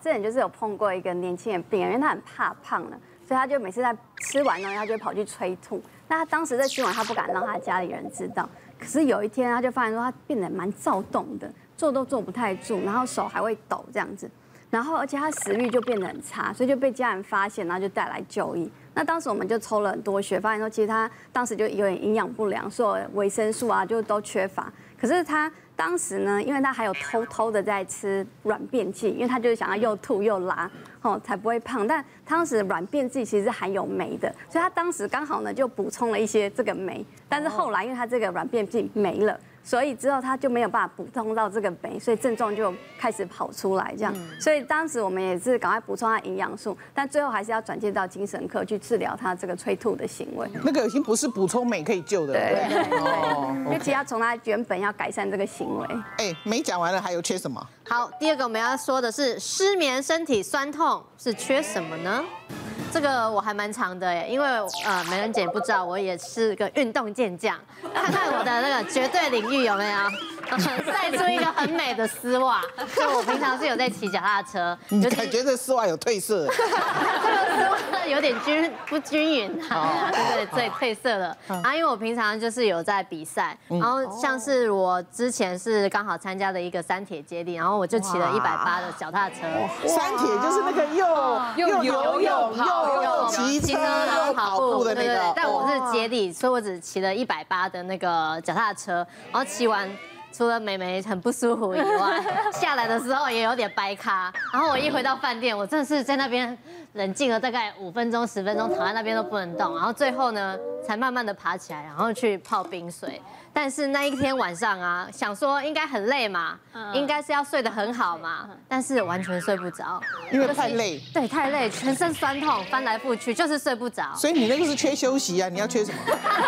之前就是有碰过一个年轻的病人，因为他很怕胖了，所以他就每次在吃完呢，他就会跑去催吐。那他当时在新闻，他不敢让他家里人知道。可是有一天，他就发现说他变得蛮躁动的，坐都坐不太住，然后手还会抖这样子。然后而且他食欲就变得很差，所以就被家人发现，然后就带来就医。那当时我们就抽了很多血，发现说其实他当时就有点营养不良，所有维生素啊就都缺乏。可是他当时呢，因为他还有偷偷的在吃软便剂，因为他就是想要又吐又拉，才不会胖。但当时软便剂其实是含有镁的，所以他当时刚好呢就补充了一些这个镁。但是后来因为他这个软便剂没了。所以之后他就没有办法补充到这个镁，所以症状就开始跑出来这样。所以当时我们也是赶快补充他营养素，但最后还是要转介到精神科去治疗他这个催吐的行为。 那个已经不是补充镁可以救的了。 对，因为其实要从他原本要改善这个行为。 哎，镁讲完了，还有缺什么？ 好，第二个我们要说的是失眠、身体酸痛是缺什么呢？这个我还蛮长的耶，因为美人姐不知道，我也是个运动健将。看看我的那个绝对领域有没有晒出一个很美的丝袜？就我平常是有在骑脚踏车， 你感觉这丝袜有褪色？ 这个丝袜有点不均匀啊，对，褪色了啊。因为我平常就是有在比赛，然后像是我之前是刚好参加的一个三铁接力，然后我就骑了180的脚踏车。 三铁就是那个又游泳又骑车又跑步的那个。 但我是接力，所以我只骑了180的那个脚踏车，然后骑完。除了美眉很不舒服以外，下来的时候也有点掰咖。然后我一回到饭店，我真的是在那边冷静了大概5分钟、10分钟，躺在那边都不能动。然后最后呢，才慢慢的爬起来，然后去泡冰水。但是那一天晚上啊，想说应该很累嘛，应该是要睡得很好嘛，但是完全睡不着， 因为太累。 对，太累，全身酸痛，翻来覆去就是睡不着。 所以你那个是缺休息啊，你要缺什么？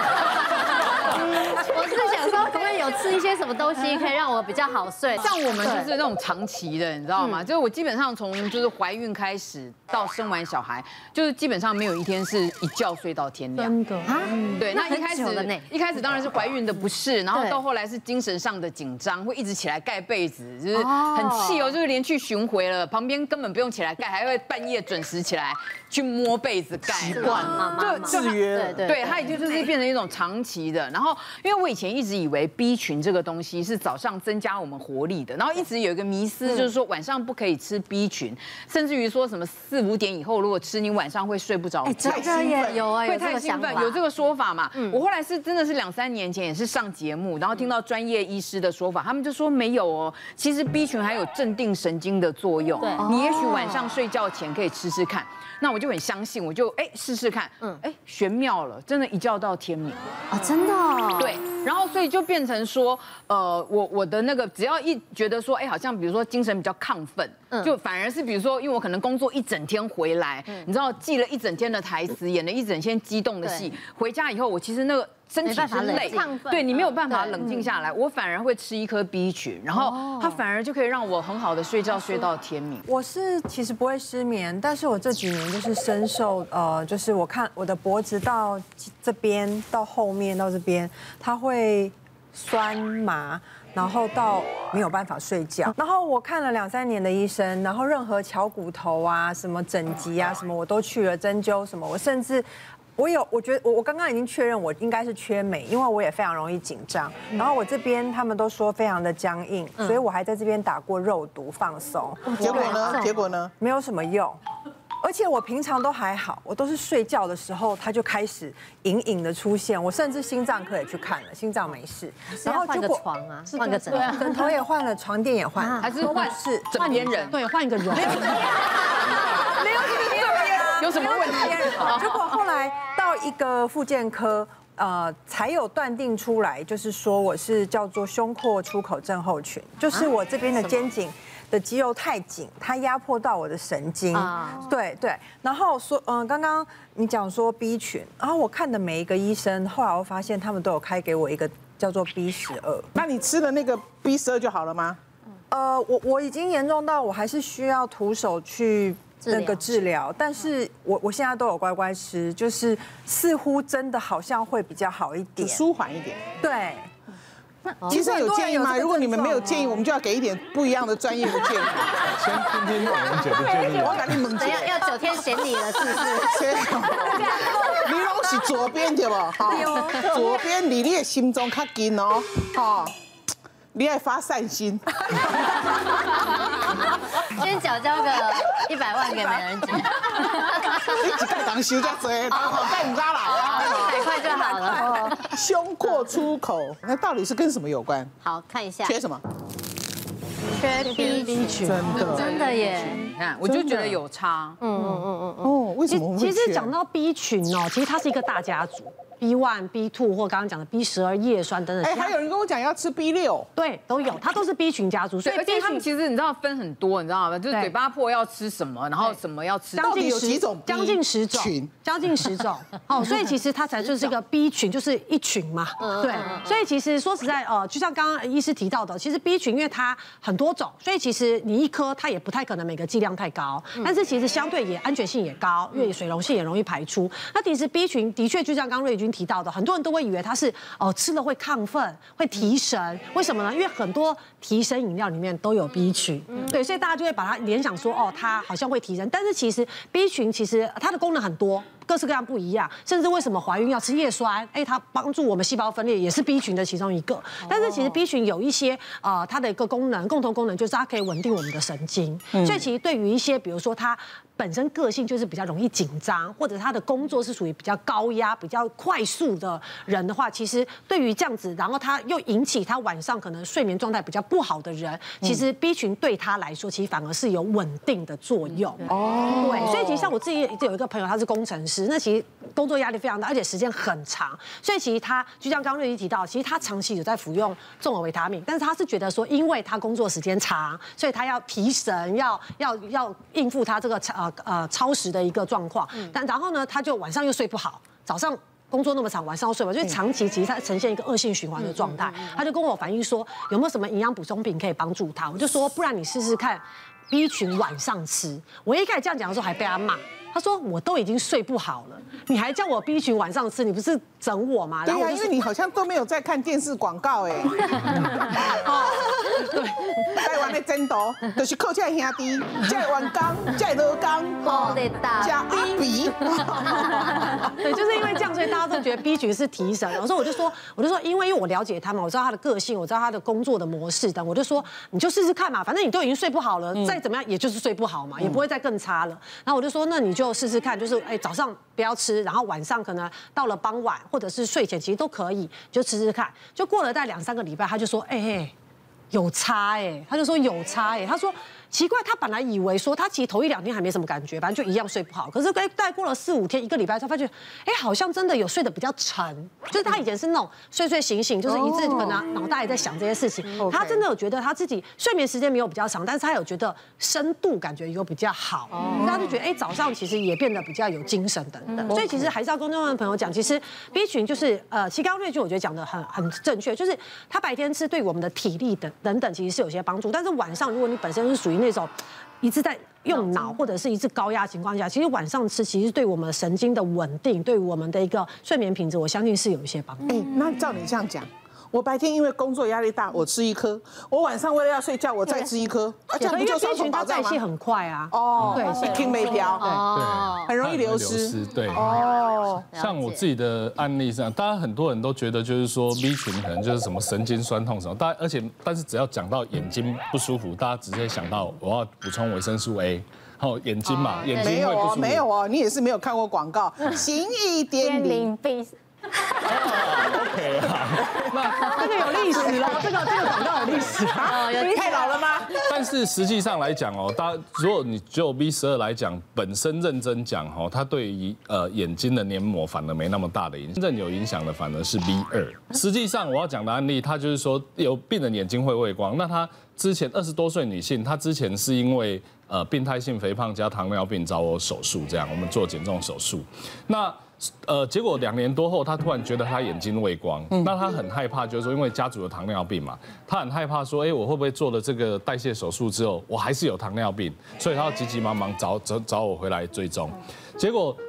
我是想说，可不可以有吃一些什么东西，可以让我比较好睡？ 像我们就是那种长期的，你知道吗？就是我基本上从就是怀孕开始到生完小孩，就是基本上没有一天是一觉睡到天亮。 真的啊？ 对，那一开始当然是怀孕的不适，然后到后来是精神上的紧张，会一直起来盖被子，就是很气哦，就是连去巡回了，旁边根本不用起来盖，还会半夜准时起来去摸被子盖。 习惯就制约。 对，它已经就是变成一种长期的。然后因为我以前一直以为 B 群这个东西是早上增加我们活力的，然后一直有一个迷思，就是说晚上不可以吃 B 群，甚至于说什么4、5点以后如果吃，你晚上会睡不着觉。 这个也有啊， 会太兴奋，有这个说法嘛？我后来是真的是2、3年前也是上节目，然后听到专业医师的说法，他们就说没有哦，其实 B 群还有镇定神经的作用。你也许晚上睡觉前可以吃吃看。那我就很相信，我就试试看，玄妙了，真的一觉到天明啊，真的。 对，然后所以就变成说，我的那个只要一觉得说，好像比如说精神比较亢奋，就反而是比如说，因为我可能工作一整天回来，你知道记了一整天的台词，演了一整天激动的戏，回家以后我其实那个。身体是累，对你没有办法冷静下来，我反而会吃一颗 B 群，然后它反而就可以让我很好的睡觉睡到天明。 我是其实不会失眠，但是我这几年就是深受就是我看我的脖子到这边到后面到这边，它会酸麻。然后到没有办法睡觉，然后我看了2、3年的医生，然后任何敲骨头啊、什么整脊啊、什么我都去了，针灸什么，我甚至。我觉得我刚刚已经确认我应该是缺镁，因为我也非常容易紧张。然后我这边他们都说非常的僵硬，所以我还在这边打过肉毒放松。 结果呢？ 没有什么用。而且我平常都还好，我都是睡觉的时候它就开始隐隐的出现，我甚至心脏科也去看了，心脏没事。 然后换个床啊，换个枕头也换了，床枕也换， 还是换枕边人？ 对，换一个人。 没有有什么问题？ 结果后来到一个复健科，才有断定出来，就是说我是叫做胸廓出口症候群，就是我这边的肩颈的肌肉太紧，它压迫到我的神经。对。然后说，刚刚你讲说 B 群，然后我看的每一个医生，后来我发现他们都有开给我一个叫做 B12。 那你吃了那个 B12就好了吗？ 我已经严重到我还是需要徒手去。那个治疗，但是我现在都有乖乖吃，就是似乎真的好像会比较好一点， 舒缓一点。 对， 其实有建议吗？如果你们没有建议，我们就要给一点不一样的专业的建议。 先听听美人姐的建议。 我给你们怎样要9天嫌你了，是不是？ 你拢是左边对不？好，左边离你的心中较近哦，好，你爱发善心。 先交个100万给美人姐， 你一盖当收遮多，盖唔加啦 100块就好了。 胸廓出口，那到底是跟什么有关？ 好看一下， 缺什么？ 缺 B 群，真的耶。 你看，我就觉得有差。 哦，为什么我们会缺？ 其实讲到 B 群哦，其实它是一个大家族。B1、B2 或刚刚讲的 B12叶酸等等。 哎，还有人跟我讲要吃 B6， 对，都有，它都是 B 群家族，所以而且他们其实你知道分很多，你知道吗？就是嘴巴破要吃什么，然后什么要吃， 将近 10种， 将近10种，将近10种。哦，所以其实它才就是一个 B 群，就是一群嘛。对，所以其实说实在，就像刚刚医师提到的，其实 B 群因为它很多种，所以其实你一颗它也不太可能每个剂量太高，但是其实相对也安全性也高，因为水溶性也容易排出。那其实 B 群的确就像刚瑞君提到的，很多人都会以为它是吃了会亢奋、会提神，为什么呢？因为很多提神饮料里面都有 B 群，对，所以大家就会把它联想说，它好像会提神，但是其实 B 群其实它的功能很多。各式各样不一样，甚至为什么怀孕要吃叶酸？它帮助我们细胞分裂，也是 B 群的其中一个。但是其实 B 群有一些它的一个功能，共同功能就是它可以稳定我们的神经。所以其实对于一些比如说它本身个性就是比较容易紧张，或者他的工作是属于比较高压、比较快速的人的话，其实对于这样子，然后他又引起他晚上可能睡眠状态比较不好的人，其实 B 群对他来说，其实反而是有稳定的作用。哦，对，所以其实像我自己有一个朋友，他是工程师，那其实工作压力非常大，而且时间很长，所以其实他就像刚刚瑞怡提到，其实他长期有在服用综合维他命，但是他是觉得说，因为他工作时间长，所以他要提神，要应付他这个超时的一个状况，但然后呢，他就晚上又睡不好，早上工作那么长，晚上又睡不好，所以长期其实他呈现一个恶性循环的状态。他就跟我反映说，有没有什么营养补充品可以帮助他？我就说，不然你试试看 B 群晚上吃。我一开始这样讲的时候还被他骂。他说：“我都已经睡不好了，你还叫我 B 群晚上吃，你不是整我吗？” 对呀，因为你好像都没有在看电视广告哎。对，台湾的真道就是靠这兄弟，这员工，这劳工，加阿比。 对，就是因为这样，所以大家都觉得 B 群是提神。然后我就说，因为我了解他嘛，我知道他的个性，我知道他的工作的模式等，我就说你就试试看嘛，反正你都已经睡不好了，再怎么样也就是睡不好嘛，也不会再更差了。然后我就说，那你就试试看，就是早上不要吃，然后晚上可能到了傍晚或者是睡前，其实都可以，就吃吃看。就过了大概2、3个礼拜，他就说，有差他就说有差他说奇怪，他本来以为说他其实头1、2天还没什么感觉，反正就一样睡不好，可是大概过了4、5天、1个礼拜，他发觉好像真的有睡得比较沉，就是他以前是那种睡醒醒，就是一直可能脑袋也在想这些事情，他真的有觉得他自己睡眠时间没有比较长，但是他有觉得深度感觉有比较好，他就觉得早上其实也变得比较有精神等等，所以其实还是要跟众多朋友讲，其实 B 群就是其实刚刚瑞君我觉得讲的很正确，就是他白天吃对我们的体力等等其实是有些帮助，但是晚上如果你本身是属于那种一直在用脑或者是一直高压情况下，其实晚上吃其实对我们神经的稳定，对我们的一个睡眠品质，我相信是有一些帮助。 那照你这样讲，我白天因为工作压力大，我吃1颗；我晚上为了要睡觉，我再吃1颗，这样不就双重保障吗？ 代谢很快啊。 对，听没掉， 对， 很容易流失。 对，像我自己的案例上，当然很多人都觉得就是说 B 群可能就是什么神经酸痛什么，但是只要讲到眼睛不舒服，大家直接想到我要补充维生素 A。眼睛嘛，眼睛会不舒服。 没有你也是没有看过广告。行1.0 OK 啊， 这个有历史了，这个广告有历史啊， 太老了吗？ 但是实际上来讲如果你就 B12来讲，本身认真讲它对于眼睛的黏膜反而没那么大的影响，真正有影响的反而是 B2。实际上我要讲的案例，它就是说有病人眼睛会畏光，那他之前20多岁女性，她之前是因为病态性肥胖加糖尿病找我手术，这样我们做减重手术，那。结果2年多后，他突然觉得他眼睛畏光，那他很害怕，就是说因为家族有糖尿病嘛，他很害怕说，我会不会做了这个代谢手术之后，我还是有糖尿病，所以他要急急忙忙找我回来追踪。结果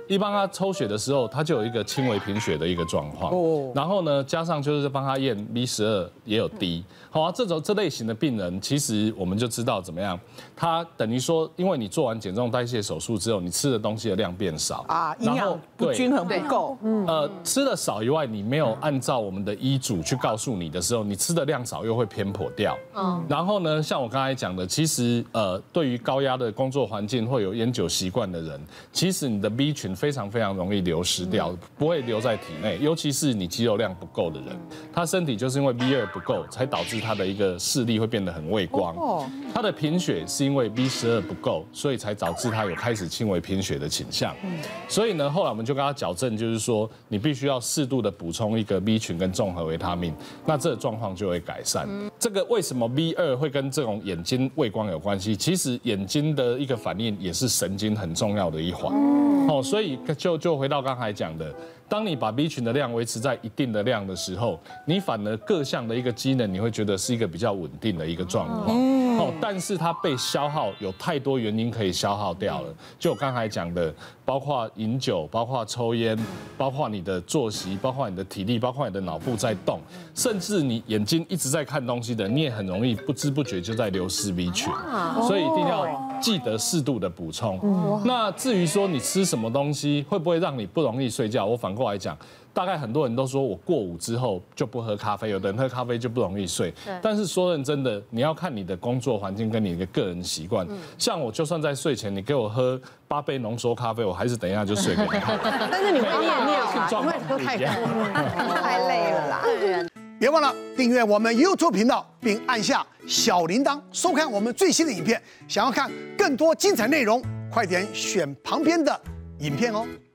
一帮他抽血的时候，他就有一个轻微贫血的一个状况。哦。然后呢，加上就是帮他验 B12也有低。好啊，这类型的病人，其实我们就知道怎么样，他等于说，因为你做完减重代谢手术之后，你吃的东西的量变少啊，营养不均衡不够。 吃的少以外，你没有按照我们的医嘱去告诉你的时候，你吃的量少又会偏颇掉。然后呢，像我刚才讲的，其实对于高压的工作环境会有烟酒习惯的人，其实你的 B 群非常非常容易流失掉，不会留在体内，尤其是你肌肉量不够的人，他身体就是因为 B2不够，才导致他的一个视力会变得很畏光。他的贫血是因为 B12不够，所以才导致他有开始轻微贫血的倾向。所以呢，后来我们就跟他矫正，就是说你必须要适度的补充一个 B 群跟综合维他命，那这个状况就会改善。这个为什么 B2会跟这种眼睛畏光有关系？其实眼睛的一个反应也是神经很重要的一环。所以就回到刚才讲的。当你把 B 群的量维持在一定的量的时候，你反而各项的一个机能，你会觉得是一个比较稳定的一个状况。但是它被消耗有太多原因可以消耗掉了，就我刚才讲的，包括饮酒，包括抽烟，包括你的作息，包括你的体力，包括你的脑部在动，甚至你眼睛一直在看东西的，你也很容易不知不觉就在流失 B 群，所以一定要记得适度的补充。那至于说你吃什么东西会不会让你不容易睡觉，我反过来讲，大概很多人都说我过午之后就不喝咖啡，有的人喝咖啡就不容易睡。但是说认真的，你要看你的工作环境跟你的个人习惯。像我就算在睡前你给我喝8杯浓缩咖啡，我还是等一下就睡给你看。 但是你会你也状况不一样， 太累了啦。 别忘了订阅我们 YouTube 频道，并按下小铃铛，收看我们最新的影片。想要看更多精彩内容，快点选旁边的影片哦。